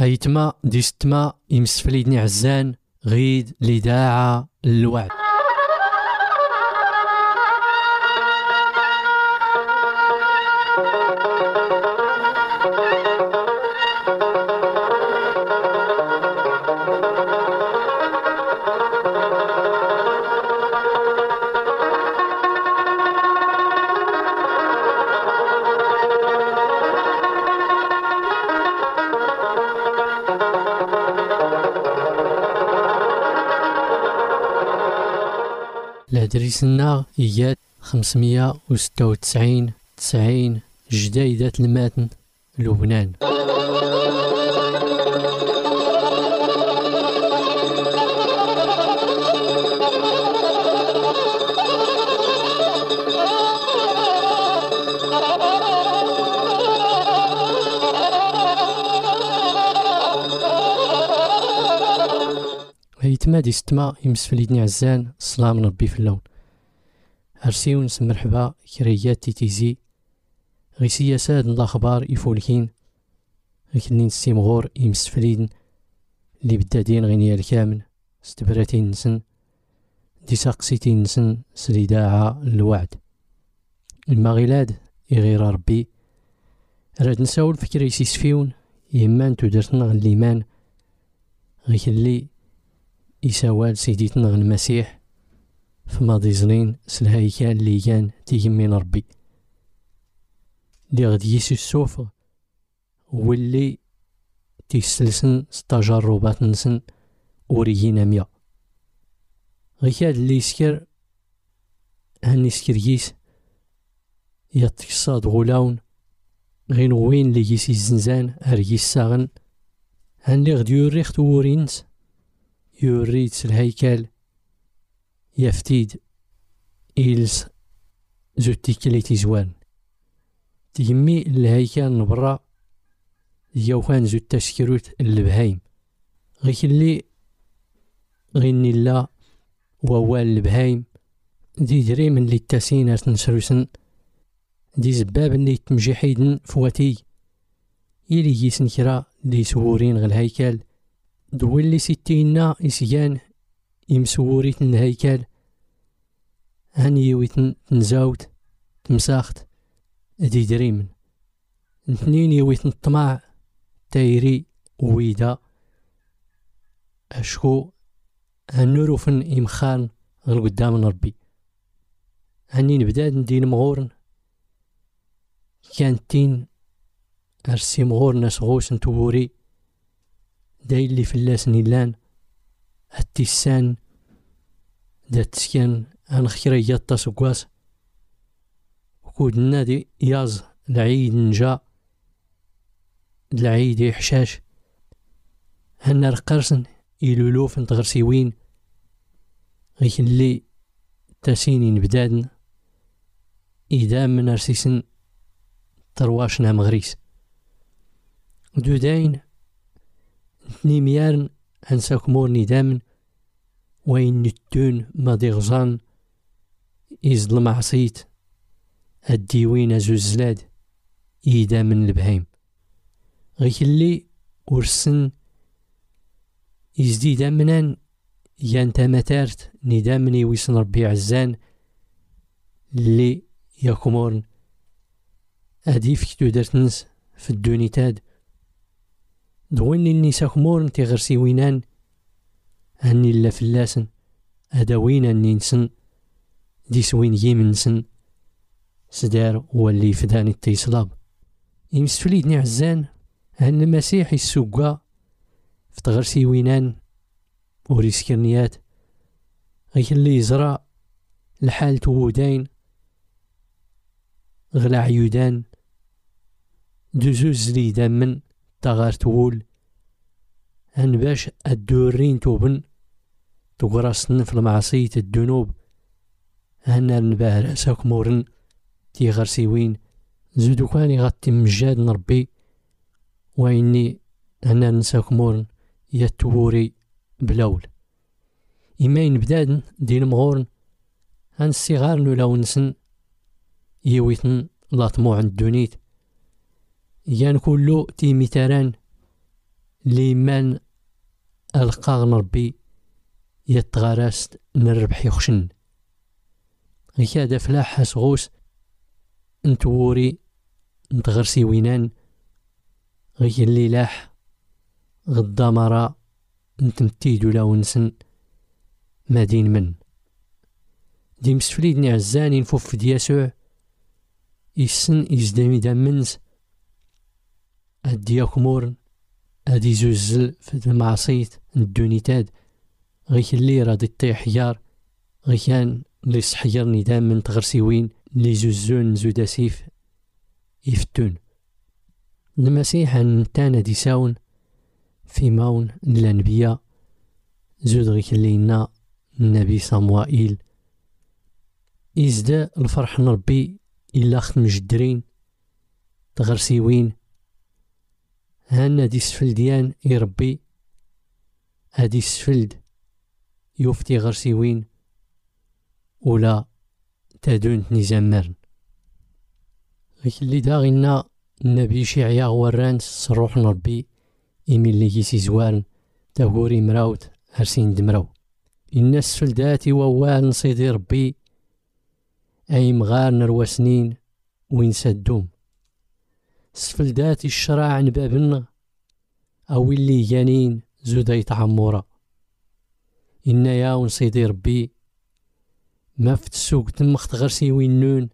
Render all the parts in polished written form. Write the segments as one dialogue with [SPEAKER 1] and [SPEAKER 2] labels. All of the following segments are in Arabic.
[SPEAKER 1] أيتما ديستما يمسفليدني عزان غيد لداعة الوعد. الهدريسنا إيات 596 جديدة الماتن لبنان. هيتما ديستما يمسفليدني عزان الصلاة من ربي في اللون. أرسيو نسم مرحبا كريات تيتيزي غي سياسات الأخبار يفولكين غيكنين السيمغور يمسفليدن اللي بدادين غينيا الكامل استبراتين نسن دي ساقسيتين نسن سليداعة الوعد. المغيلاد يغير ربي راد نساول فكرة يسيسفيون يمان تودرتنا غاليمان غيكلي يساوال سيديتنا غن المسيح فما ديزلين سلهايكان اللي كان تيجي من ربي اللي غادي يسو السوف واللي تيسلسن ستجربات نسن وريجينا ميا غيكاد اللي يسكر هاني سكريس يتصاد غلاون غين وين اللي يسي الزنزان اريس ساغن هاني غدي يوريخ تورينس يوريد الهيكل يفتيد إلس زوتي كليتي زوان تيمي الهيكل نبرا يوخان زوت تشكروت البهايم غيك اللي غيني لا ووال البهايم دي دري من اللي التاسين تنسروسن دي زباب اللي تمجحيدن فواتي إلي يسنكرا دي سورين غ الهيكل دولي ستينا إسيان يمسوريت الهيكل هانيويتن تنزاوت تمساخت دي دريمن اثنين يويتن الطمع تايري ويدا أشكو هنوروفن إمخان غير قدام ربي هاني نبداد ندين مغورن كانتين أرسي مغور ناس غوسن توري داي اللي فلاس نيلان التيسان دات تسكن هنخيري ياطا سكواس وكود النادي ياز العيد نجا العيد يحشاش هنا رقرسن يلولوف نتغرسيوين غيك اللي تاسينين بدادن إذا من أرسيسن ترواشنا مغريس ودو داين نيميارن هنساك مورني دامن وين نتون ما ديغزان يظلم عصيت الديوين زوزلاد إيدا من البهيم غيك اللي ورسن يزدي دامنان يانتا متارت ندامني ويسن ربي عزان اللي ياكمورن أديف كتو درتنس في الدونيتاد دوين النساء كمورن تيغرسي وينان هني لا فلاسن أداوين أني نسن ديسوين يمنسن سدار واللي فداني التيصلاب يمسفليدني عزان هن المسيح يسوقا في تغرسي وينان وريسكرنيات غيك اللي يزرع الحال تودين غلا عيودان دوزوز لي دامن تغار تول هن باش الدورين توبن تقرصن في المعصية الدنوب هنا نباه رأسك مورن تيغرسيوين زودو كاني غاتي مجاد نربي وإني هنا نساك مورن يتوري بلول إماين بدادن دين مغورن هن الصغار نولاو نسن يويتن لا طموع الدونيت يان كلو تيميتاران لي من القاغ ربي يتغارست نربح يخشن غيك هذا فلاح سغوس نتوري نتغرسي وينان غيك اللي لاح غدا مرا نتمتيد ولا ونسن مادين من دي مسفليدني عزاني نفوف دياسوع يسن يزدامي دامنز ادياك مورن ادي زوزل في المعصيت الدونيتاد غيك اللي رادي طيح حجار غيكان اللي سحيرني دام تغرسيوين اللي زوزون زودا سيف يفتون المسيح نتانا دي ساون في ماون الانبياء زود غيك اللي لنا النبي صموائيل يزدا الفرح نربي إلا خت مجدرين تغرسيوين هانا دي سفل ديان يربي هادي سفلد يوفتي غرسيوين ولا تادون نزامرن غيك اللي داغينا النبي شيعيا وران صروح نربي إمي اللي يسي زوارن تاغوري مراوت هرسين دمراو إن السفل داتي ووال نصيدي ربي أي مغار نروى سنين وين سدوم سفل داتي الشراع نبابنا أو اللي جانين زودا يتعمورا إنا يا ونصيدي ربي ما في السوق تمخت غرسي وين نون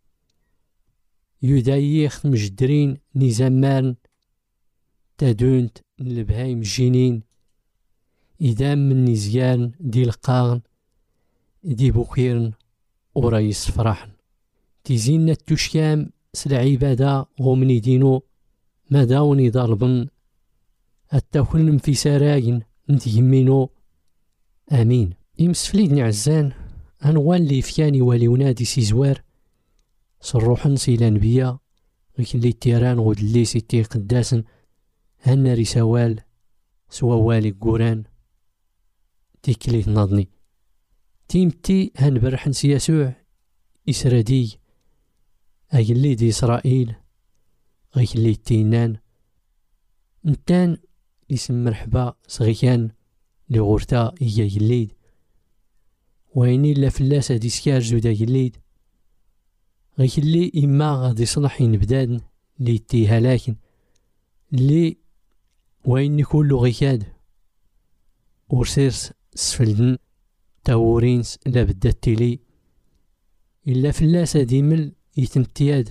[SPEAKER 1] يدايخ مجدرين نزامان تادونت البهايم الجينين إدام من نزيان دي القاغن دي بوخيرن ورايس فرحن تيزينا التشكام سلعبادة غومني دينو ما داوني ضربن التاكلن في سراين نتيمينو امين يمسفليدني عزان هنوان لي فياني والي ونادي سيزوار صروحن سيلان بيا غيك اللي تيران غود اللي سيتي قداسن هنا رسوال سوا والي قوران تيكليت ناضني تيمتي هنبرحن سياسوع إسرادي أي اللي دي إسرائيل غيك اللي تينان نتان اسم مرحبا صغيكان لغورتا إيا يليد ويني لا فلاسة دي سكار زودا يليد غيك اللي إما غادي صلحين بدادن لي تيها لكن اللي ويني كلو غيكاد ورسيرس سفلدن تاورينس لا بدات تيلي إلا فلاسة ديمل يتمتياد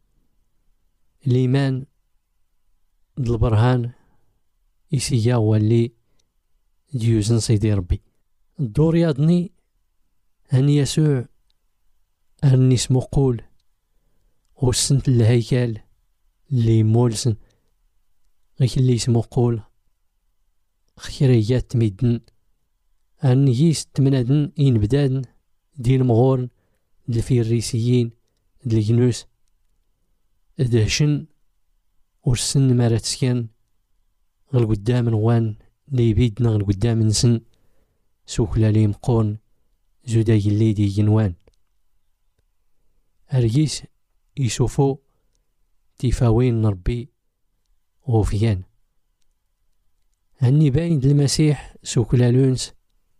[SPEAKER 1] ليمان البرهان يسيا واللي ديوزن سيدي ربي الدور ياضني هن يسوع هني اسمو قول وسنت الهيكال اللي مولسن غيك اللي اسمو قول خيريات تميدن هن يس تمنادن ينبدادن دين مغورن الفيريسيين الجنوس دهشن ورسن مارات سكان غل قدام نوان لي بيدنا غل قدام نسن سوكلا لي مقون زودا يلي دي جنوان أريس يشوفو تيفاوين نربي غوفيان هني باين المسيح سوكلا لونس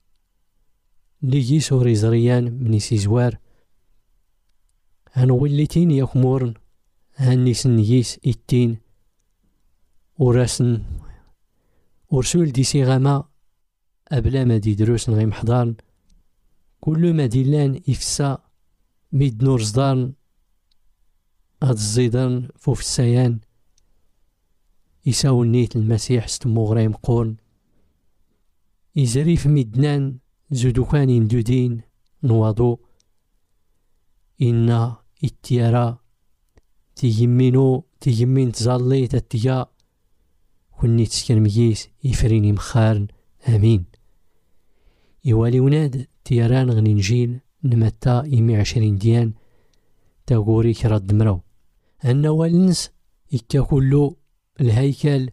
[SPEAKER 1] لي يسو ريزريان من سيزوار هنوليتين يكمورن هني سنيس إتين وراسن ورسول دي سيغاما أبلا ما دي دروس غيم حضارن كل ما ديلان إفسا ميد نور صدارن هاد الزيدان فوف السيان يساو نيت المسيح ستمو غريم قورن يزريف ميدنان زودو كان يندودين نواضو إنا التيارا تيجمين تزالي تتيا كوني تسكن ميس يفريني مخارن امين يوالي وناد تيران غني نجيل نمتا يمي 20 ديان تاغوري كرا دمراو انا والنس يكا كلو الهيكل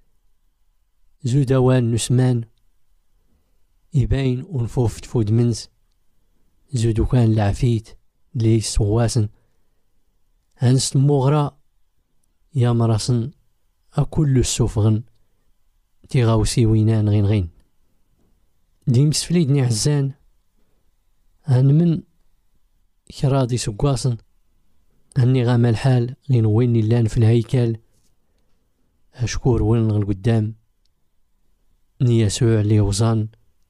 [SPEAKER 1] زودوان نسمان يباين ونفوف تفود منز زودو كان العفيت لي سواسن هنس المغرى يا مراسن أكل السفغن تيغاوسي وينان غين ديم سفليدني عزان أن من كرادي سقواصن أني غام الحال غين وين لان في الهيكل أشكور وين القدام ني يسوع لي وزان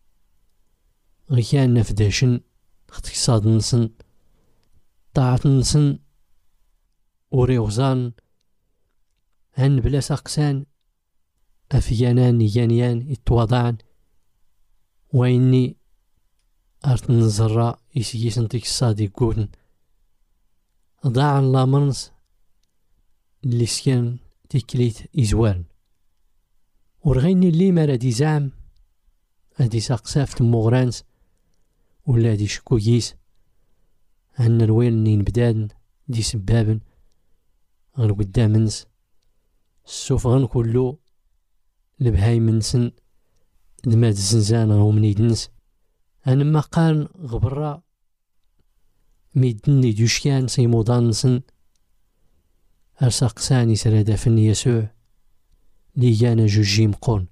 [SPEAKER 1] غيان نفداشن اقتصاد نسن طاعة نسن وري وزان هن بلا ساقسان أفيانان يانيان يتواضعن وإني أرت نزرع يسيسن تيك الصادي قوتن ضاعن لامرنس اللي سكن تيكليت إزوارن ورغيني اللي ما رادي زعم هادي ساقساف تموغرانس ولا دي شكويس عن الويل نين بدادن دي سبابن غير قدامنس السوفغن كلو لبهاي منسن دماد الزنزان غو منيدنس أنا ما قارن غبرا ميدني دوشكان سيموضان نسن أرساقساني سرادا فن يسوع ليانا جوجي مقون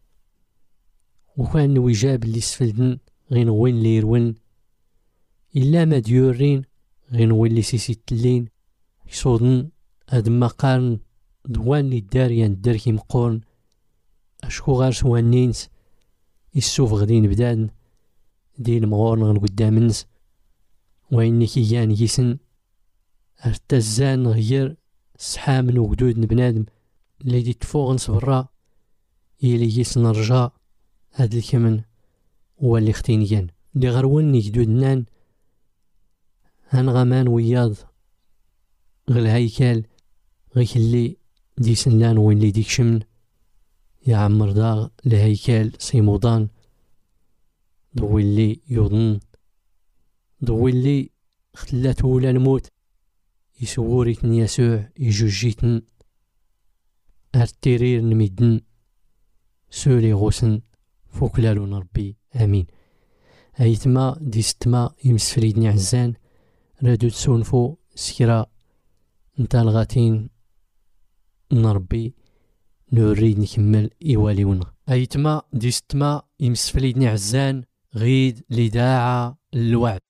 [SPEAKER 1] وكان وجاب اللي سفلدن غين وين ليرون إلا ما ديورين غين وين لي سيسيتلين يصودن هاد ما قارن دوان لي داريان داركي مقون أشكو غار سوانينس يسوف غدين بدادن ديال مغورن غن قدامنس وإني كيان يسن ارتزان غير سحامن وقدود بنادم اللي دي تفوغن صبرا يلي يسن رجاء هاد الكمن هو اللي اختينيان اللي غروني جدود نان هنغمان وياض غل هيكل غيك اللي دي سنان وين اللي ديك شمن يا عمر داغ لهيكل سيموضان ضوي اللي يوضن ضوي اللي خلات ولا الموت يسوريتن يسوع يجوجيتن الترير نميدن سولي غوسن فوكلالون ربي امين. ايتما دي ستما يمسفريدني عزان رادو تسونفو سكرا نتا الغاتين نربي نريد نكمل إيوالي ونغ. أيتما دي ستما يمسفليدني عزان غيد لداعة الوعد.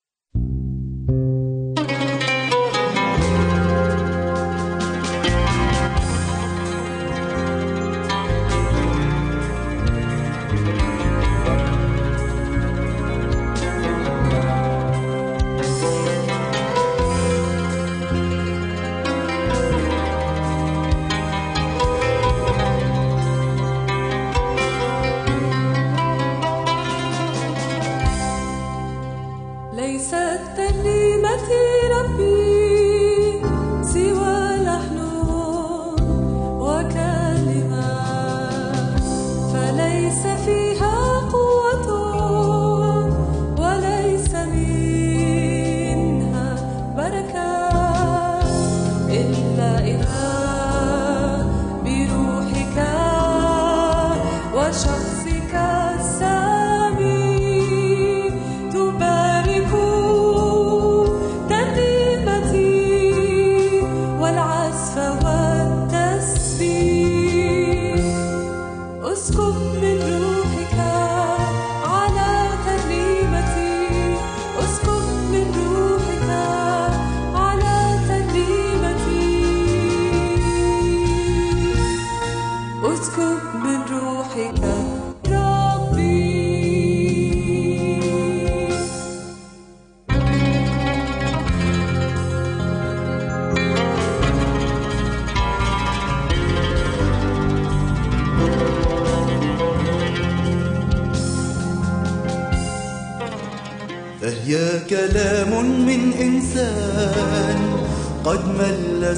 [SPEAKER 2] فهي كلام من إنسان قد مل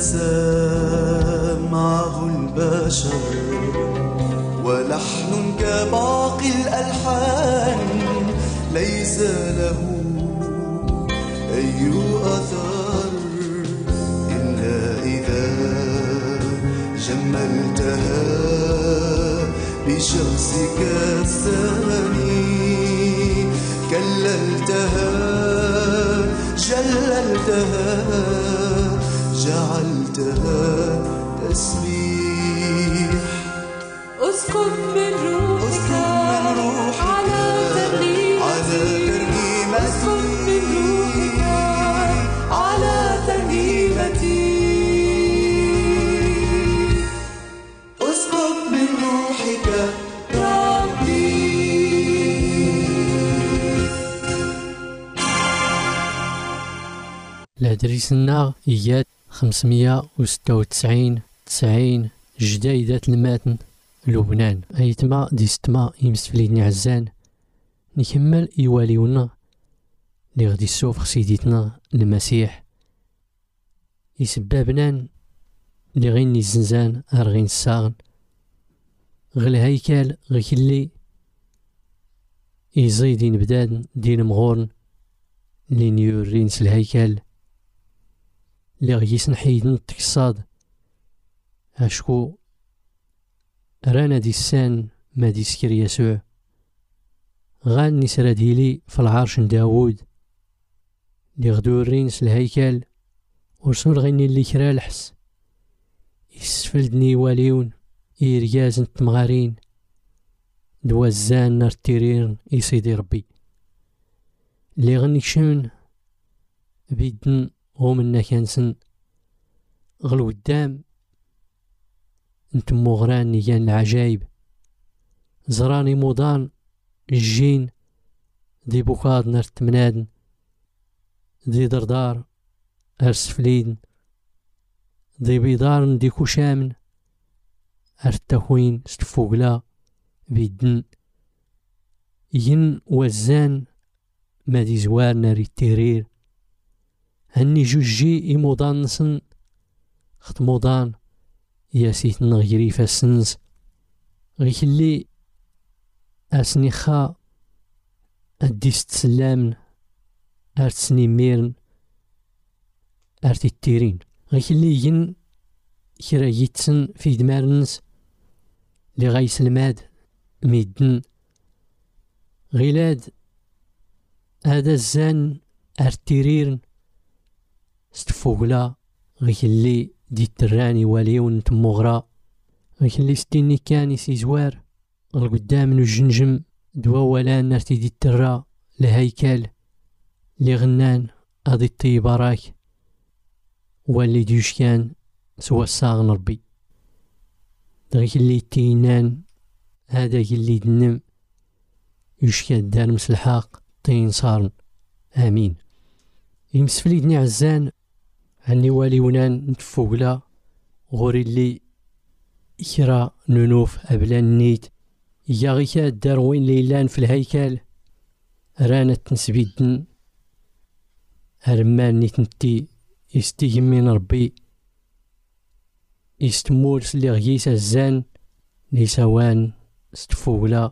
[SPEAKER 2] سمعه البشر، ولحن كباقي الألحان ليس له أي أثر إلا إذا جملتها بشخصك الثاني، كللتها جللتها جعلتها تسبيح.
[SPEAKER 3] اسكب من روحك على ترنيمتي اسكب من روحك على ترنيمتي
[SPEAKER 2] اسكب من روحك
[SPEAKER 3] ربي.
[SPEAKER 1] الأدريس الناغ إياد 596 90 جديدة الماتن لبنان. أيتما ديستما يمسفليدني عزان نكمل إيواليونا لي غدي السوف سيديتنا المسيح يسبابنان لي غيني الزنزان أرغين الساغن غل هيكال غيكلي يزيدين بداد دين مغورن لي نيورينس الهيكل لي غيسن حيدن التكصاد أشكو رانا دي السان ما دي سكر يسوع غان نسرا ديلي في العرش داوود لي غدو الرينس الهيكل ورسول غيني اللي كرا الحس يسفلدني واليون إيرجازن تمغارين دوازان نار التيريرن يسيدي ربي لي غني كشمن بيدن ومنا كانسن غلو قدام انتم مغران نيان العجايب زراني موضان الجين دي بوكاد نار التمنادن دي دردار أرسفليدن دي بيدارن دي كوشامن أرتاكوين ستفوقلا بيدن ين وزان ما دي زوار ناري التيرير هني جوجي إموضان نسن خط موضان ياسيت نغيري فاسنز غيكلي أسنيخا أديست سلامن أرتسني ميرن أرتي التيرين غيكلي ين كرا يتسن في دمارنس لي غايس الماد ميدن غيلاد هذا الزان أرتيريرن ستفوقلا غيكلي دي التراني واليون تمغرا غيكلي ستيني كاني سيزوار القدام الجنجم دوا ولا نرتي دي الترا لهيكل لي غنان هذي الطيبة راك واللي ديوش كان سوا الصاغن ربي غيكلي تينان هذا اللي دنم يشكى الدار مسلحاق طين صارن آمين. يمسفليدني عزان عني والي ونان نتفوقلا غوري اللي كرا نونوف أبلان نيت يا غيكا الدار وين ليلان في الهيكل رانا تنسبيدن هرمان نيت نتي يستيهم من ربي يستمورس اللي غيس الزان نيساوان ستفوقلا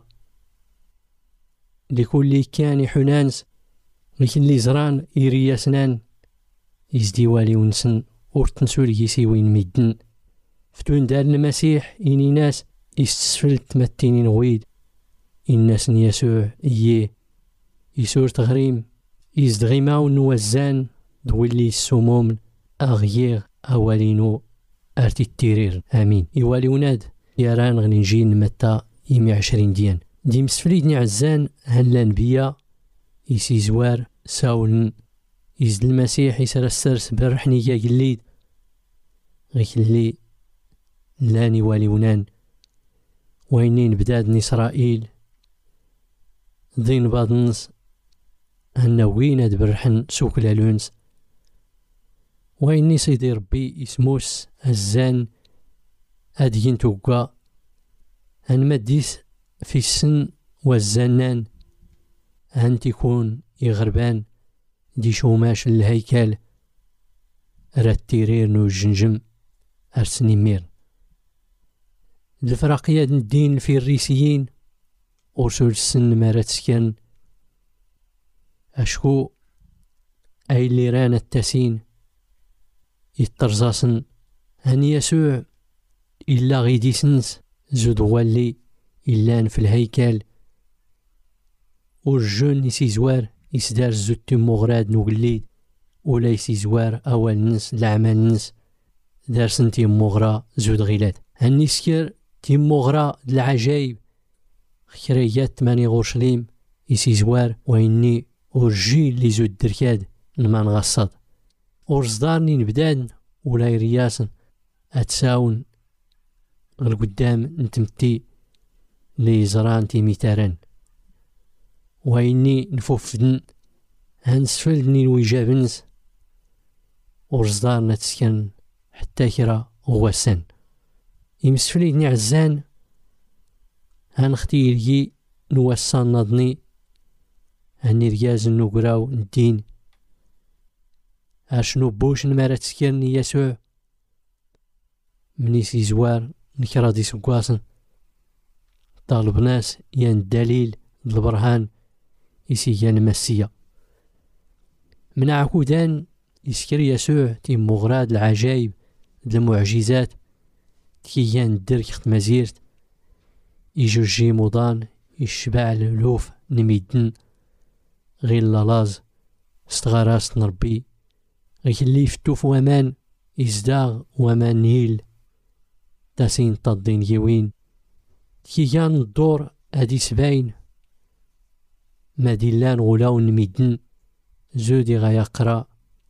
[SPEAKER 1] لكل كان حنانس لكن اللي زران إيريا سنان يزدي والي ونسن ورتنسول يسيوين ميدن فتون دار المسيح إني ناس يستسفل تمتينين غويد الناس يسوع إيه يسور تغريم يزدغيماو نوزان دولي السموم أغيير أولينو أرتي التيرير آمين. يوالي وناد ياران غني نجي نمتا 120 ديان دي مسفليدني عزان هلان بيا يسي زوار ساولن يزد المسيح يسر السرس برحني يا قليد غيك اللي لاني والي ونان وينين بداد إسرائيل ضين بعض النص هنا وين برحن سوق الالونس ويني سيدي ربي اسموس الزان أدين توقع أن مديس في السن والزنان أن تكون يغربان دي شوماش الهيكل راتيرير نو جنجم أرسني مير الفرقية الدين في الريسيين أرسل السن مارات سكن أشكو أي اللي رانا التاسين يترزاسن هن يسوع إلا غيدي سنس زود والي إلا في الهيكل والجون يسيزوار يسدار زوت مغراد نوغليد ولا يسيزوار أول نس لعمل نس دار سنتي مغرا زود غيلات هني سكر تيموغرا العجايب خريات ماني غورشليم يسي زوار وإني ورجيل لي زود دركاد نمان غصاد ورزدارني نبدان ولا يرياسن أتساون غير قدام نتمتي لي زران تيميتاران وإني نفوفدن هنسفلدني الوجابنز ورزدارنا تسكن حتى كرا غواسان يمسفليدني عزان هنختي لي نوسان نضني هني رياز نقراو الدين اشنو بوش نمارا تسكرني يسوع مني سي زوار نكرا دي سقواسن طالب ناس يان الدليل البرهان يسي يان مسيا من عكودان يسكر يسوع تيم مغراد العجايب المعجزات تيان الدرك خت مزيرت يجوجي مضان يشبع الالوف نميدن غير لالاز استغراس نربي غير اللي يفتوف ومان يزداغ ومان نيل تاسين طادين يوين كيان الدور هادي سباين ما ديلان غلاو نميدن زودي غيقرا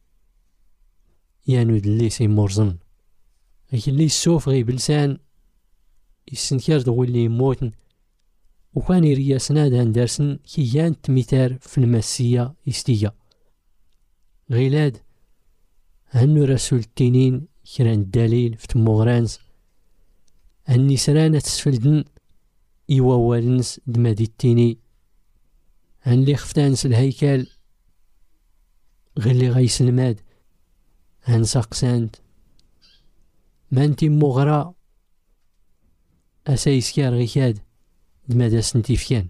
[SPEAKER 1] يانو دلي سي مرزن غير اللي السوف غي بلسان يسنكر دو اللي يموتن وكان يرياسنا دان دارسن كيان تميتار في المسية يستيا غيلاد هنو رسول التنين كران الدليل في تموغرانز هني سرانة تسفلدن إيوا والنس دمادي التيني هنلي خفتانس الهيكال غير اللي غيسلماد هنساقسانت مانتي مغرا أسايسكار غيكاد دمادا سنتيفيان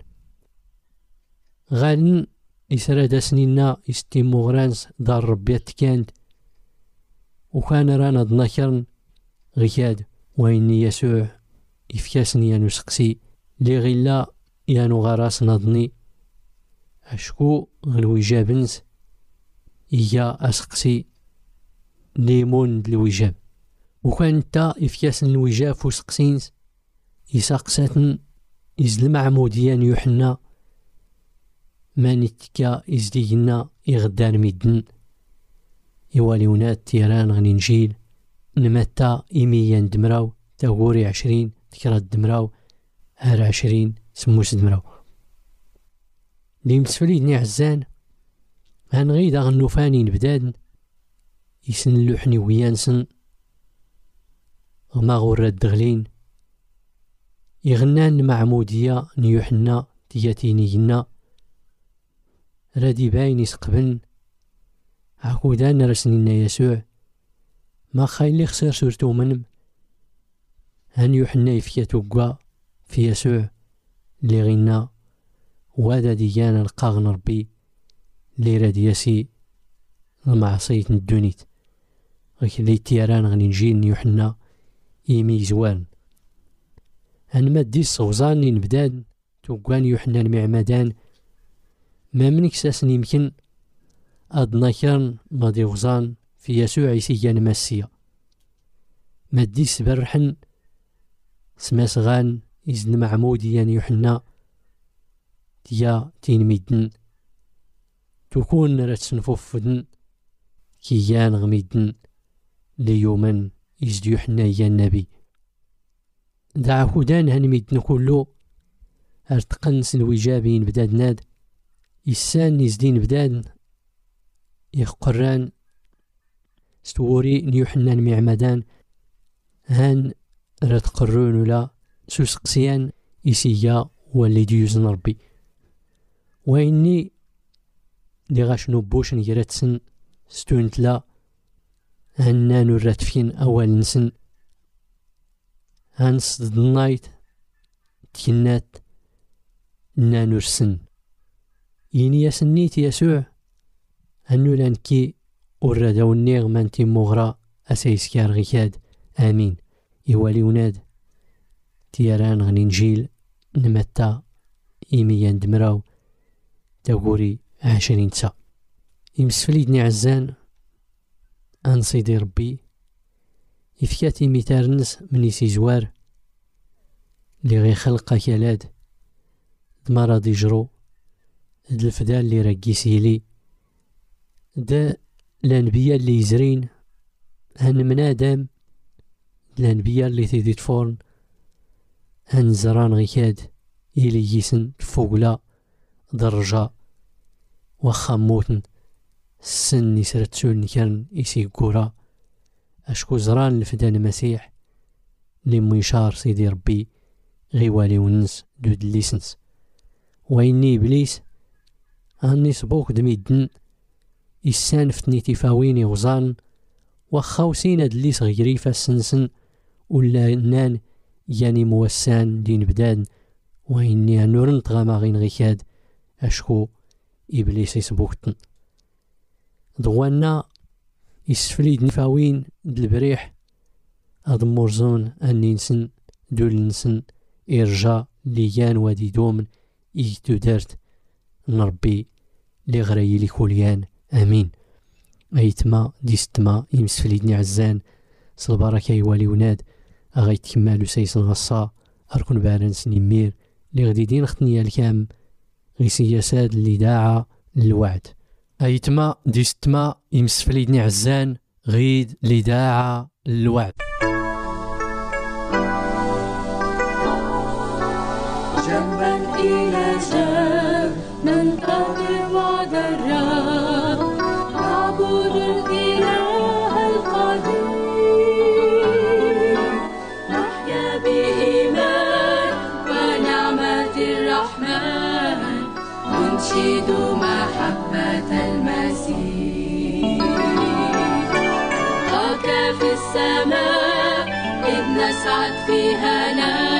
[SPEAKER 1] غالن يسرادا سنينا يستي مغرانس دار ربيات كانت وكان رانا ضناكرن غيكاد وإني يسوع يفكاسني يانو سقسي لي غيلا يانو غراس نضني أشكو غلويجابنس إيا أسقسي ليمون دلويجاب وكان تا يفكاسن الويجاب فوسقسينس يساقساتن يزلم عموديان يوحنا مانيتكا يزدينا يغدان ميدن يواليونات تيران غني نجيل نمتا إيميان دمراو تاغوري 20 تكرات دمراو هار 20 سموس دمراو لي مسفليدني عزان هنغيدا غنوفاني نبدادن يسن اللوحني ويانسن غما غورات دغلين يغنان معمودية نيوحنا تياتينينا رادي باين يسقبن عقودان رسنينا يسوع ما خايلي خسر سورتو منم هن يوحنا يفياتو قوا في يسوع اللي غينا وادا ديانا القاغن ربي اللي رادي يسي المعصية ندونيت غير اللي تيران غني نجي نيوحنا يمي زوان هنمدي الصوزان نبداد توقان يوحنا المعمدان ما منك ساسن يمكن أدنا كان ماضي غزان في يسوع يسيان مسيا مدي سبرحن سماس غان إذن معموديان يوحنا تيا تين ميدن تكون رتسنفوف فدن كيان غميدن ليومن إزد يوحنا يا النبي دعا هدان هنميدن كلو ارتقنس الوجابين بداد ناد يسان نزدين بداد يقران ستوري نيوحنا المعمدان هان رتقرون ولا سوسقسيان إسيا واللي ديوزن ربي وإني دي غاش نبوش نجراتسن ستونتلا هنا نراتفين أول نسن هانس النايت تكنات نانورسن يني يسنيت يسوع هنو لانكي ورادو النيغ مانتي مغرا أسايسكار غيكاد آمين يوالي وناد تيران غني نجيل نمتا إيميان دمراو تاغوري 20 سا يمسفليدني عزان أنصيدي ربي يفكاتي ميتارنس من يسي زوار اللي غيخلق كالاد دما راه يجرو هاد الفدا اللي راه كيسيلي دا الانبياء اللي يزرين هن منادم الانبياء اللي تيدي تفورن هن زران غيكاد إلي يسن فوقلا درجة واخا موتن السن يسرتسون كان يسيقورا اشكو زران الفدان المسيح اللي ميشار سيدي ربي غيوالي ونس دود الليسنس وإني إبليس هاني سبوك دميدن يسانفتني تفاويني غزان واخا وسين هاد الليس غيري فاسنسن ولا نان يعني موسان دين بدان وإني نورن تغاما غين غيكاد أشكو إبليس يسبوكتن دوانا يسفليد نفاوين دالبريح هاد مرزون أني نسن دول نسن إرجا ليان وادي دومن إيتو دارت نربي لي غرايلي كوليان آمين. أيتما ديستما يمسفليدني عزان صلباركا يوالي وناد أغايت كمالو سيسن غصا أركن بارن سنمير لي غدي دين ختنيا الكام غي سياسات اللي داعا للوعد. أيتما ديستما يمسفليدني عزان غيد اللي داعا للوعد.
[SPEAKER 3] جنبا إلى جنب ننتظر وعد الرب نعبد الإله القدير نحيا بإيمان ونعمة الرحمن ننشد محبة المسيح هكا في السماء إذ نسعد فيها